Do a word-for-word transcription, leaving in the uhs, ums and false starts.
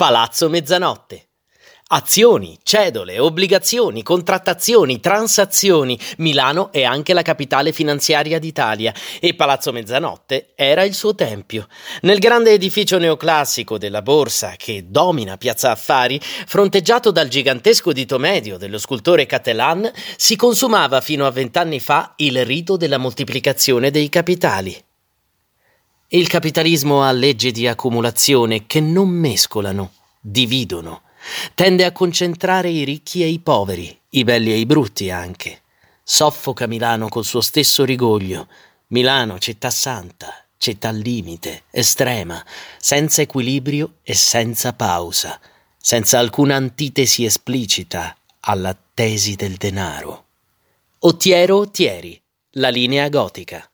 Palazzo Mezzanotte. Azioni, cedole, obbligazioni, contrattazioni, transazioni. Milano è anche la capitale finanziaria d'Italia e Palazzo Mezzanotte era il suo tempio. Nel grande edificio neoclassico della Borsa che domina Piazza Affari, fronteggiato dal gigantesco dito medio dello scultore Cattelan, si consumava fino a vent'anni fa il rito della moltiplicazione dei capitali. Il capitalismo ha leggi di accumulazione che non mescolano, dividono. Tende a concentrare i ricchi e i poveri, i belli e i brutti anche. Soffoca Milano col suo stesso rigoglio. Milano, città santa, città al limite, estrema, senza equilibrio e senza pausa, senza alcuna antitesi esplicita alla tesi del denaro. Ottiero Ottieri, la linea gotica.